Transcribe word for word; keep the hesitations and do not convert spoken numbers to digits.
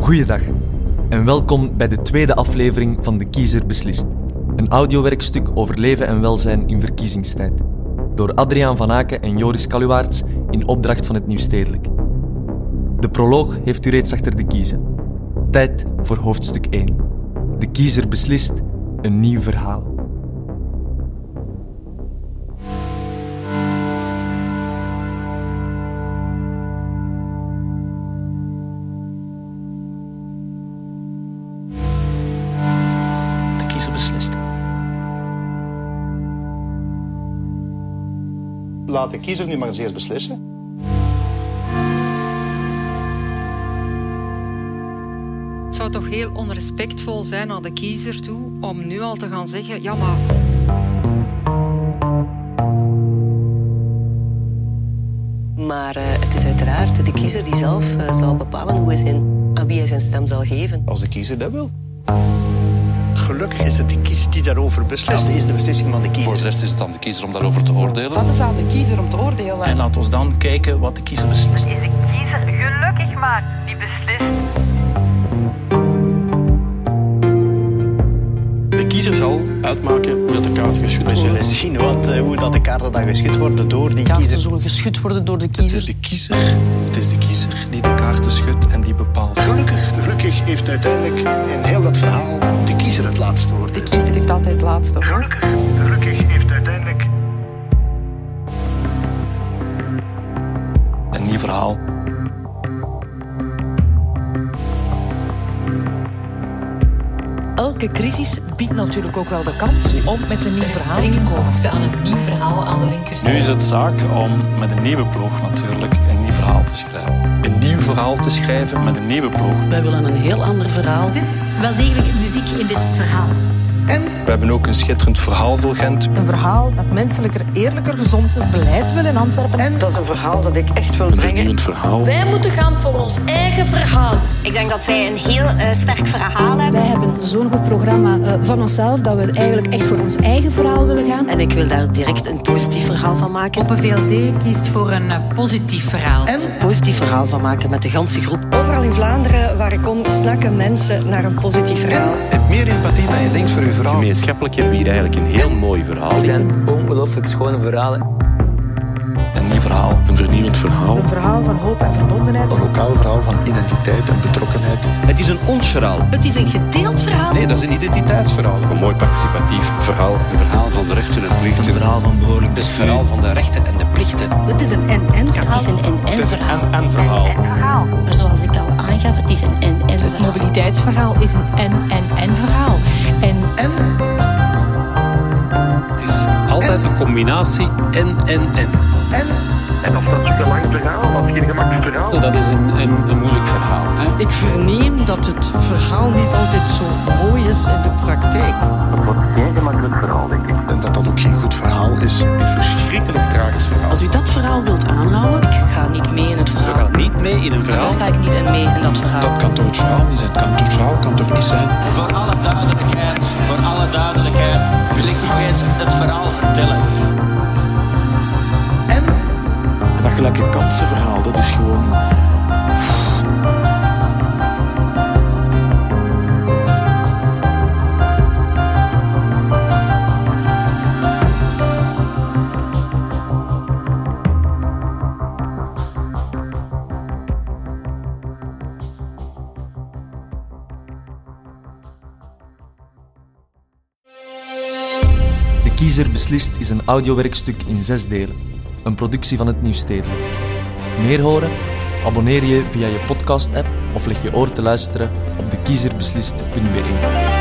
Goeiedag en welkom bij de tweede aflevering van De Kiezer Beslist. Een audiowerkstuk over leven en welzijn in verkiezingstijd. Door Adriaan van Aken en Joris Kaluwaerts in opdracht van het Nieuwstedelijk. De proloog heeft u reeds achter de kiezen. Tijd voor hoofdstuk één. De Kiezer Beslist, een nieuw verhaal. Laat de kiezer nu maar eens eerst beslissen. Het zou toch heel onrespectvol zijn naar de kiezer toe om nu al te gaan zeggen, ja maar... Maar uh, het is uiteraard de kiezer die zelf uh, zal bepalen hoe hij zijn, aan wie hij zijn stem zal geven. Als de kiezer dat wil. Gelukkig is het de kiezer die daarover beslist. Dat is de beslissing van de kiezer. Voor de rest is het aan de kiezer om daarover te oordelen. Dat is aan de kiezer om te oordelen. En laat ons dan kijken wat de kiezer beslist. Het is de kiezer gelukkig maar die beslist. De kiezer zal uitmaken hoe dat de kaarten geschud worden. We zullen zien wat, uh, hoe dat de kaarten dan geschud worden door die kaarten kiezer. zullen geschud worden door de kiezer. Het is de kiezer, het is de kiezer die de kaarten schudt en die bepaalt. Gelukkig, gelukkig heeft uiteindelijk in heel dat verhaal de kiezer het laatste woord. De kiezer heeft altijd het laatste woord. Gelukkig, gelukkig heeft uiteindelijk... Een nieuw verhaal. Elke crisis biedt natuurlijk ook wel de kans om met een nieuw verhaal te komen. Aan een nieuw verhaal aan de linkerzijde. Nu is het zaak om met een nieuwe ploeg natuurlijk een nieuw verhaal te schrijven. Een nieuw verhaal te schrijven met een nieuwe ploeg. Wij willen een heel ander verhaal. Er zit wel degelijk muziek in dit verhaal. En? We hebben ook een schitterend verhaal voor Gent. Een verhaal dat menselijker, eerlijker, gezonder beleid wil in Antwerpen. En dat is een verhaal dat ik echt wil brengen. Een verhaal. Wij moeten gaan voor ons eigen verhaal. Ik denk dat wij een heel uh, sterk verhaal hebben. Wij hebben zo'n goed programma uh, van onszelf dat we eigenlijk echt voor ons eigen verhaal willen gaan. En ik wil daar direct een positief verhaal van maken. Open V L D kiest voor een uh, positief verhaal. En een positief verhaal van maken met de ganse groep. Overal in Vlaanderen waar ik kom, snakken mensen naar een positief verhaal. Heb meer empathie dan je denkt voor uw vrouw. Gemeenschappelijk hebben we hier eigenlijk een heel mooi verhaal. Het zijn ongelooflijk schone verhalen. Een nieuw verhaal. Een vernieuwend verhaal. Een verhaal van hoop en verbondenheid. Een lokaal verhaal van identiteit en betrokkenheid. Het is een ons verhaal. Het is een gedeeld verhaal. Nee, dat is een identiteitsverhaal. Een mooi participatief verhaal. Een verhaal van de rechten en plichten. Een verhaal van behoorlijk Het bestuur. verhaal van de rechten en de plichten. Het is een en-en verhaal. Het is een en-en verhaal. En verhaal. Maar zoals ik al aangaf, het is een en-en verhaal. Het mobiliteitsverhaal is een en-en-en verhaal. En... En? Het is altijd een combinatie en, en, en. En? En of dat te lang verhaal of geen gemakkelijk verhaal? Dat is een, een, een moeilijk verhaal. Hè? Ik verneem dat het verhaal niet altijd zo mooi is in de praktijk. Dat wordt geen gemakkelijk verhaal, denk ik. En dat dat ook geen goed verhaal is. Een verschrikkelijk tragisch verhaal. Als u dat verhaal wilt aanhouden... Ik ga niet mee in het We verhaal. gaan niet mee in een verhaal. Daar ga ik niet in mee in dat verhaal. Dat kan toch het verhaal niet zijn? Kan, het verhaal kan toch niet zijn? Voor alle duidelijkheid, voor alle duidelijkheid wil ik nog eens het verhaal vertellen. En? En dat gelijke kansenverhaal, dat is gewoon... De Kiezer Beslist is een audiowerkstuk in zes delen. Een productie van het Nieuwstedelijk. Meer horen? Abonneer je via je podcast-app of leg je oor te luisteren op de kiezerbeslist punt be.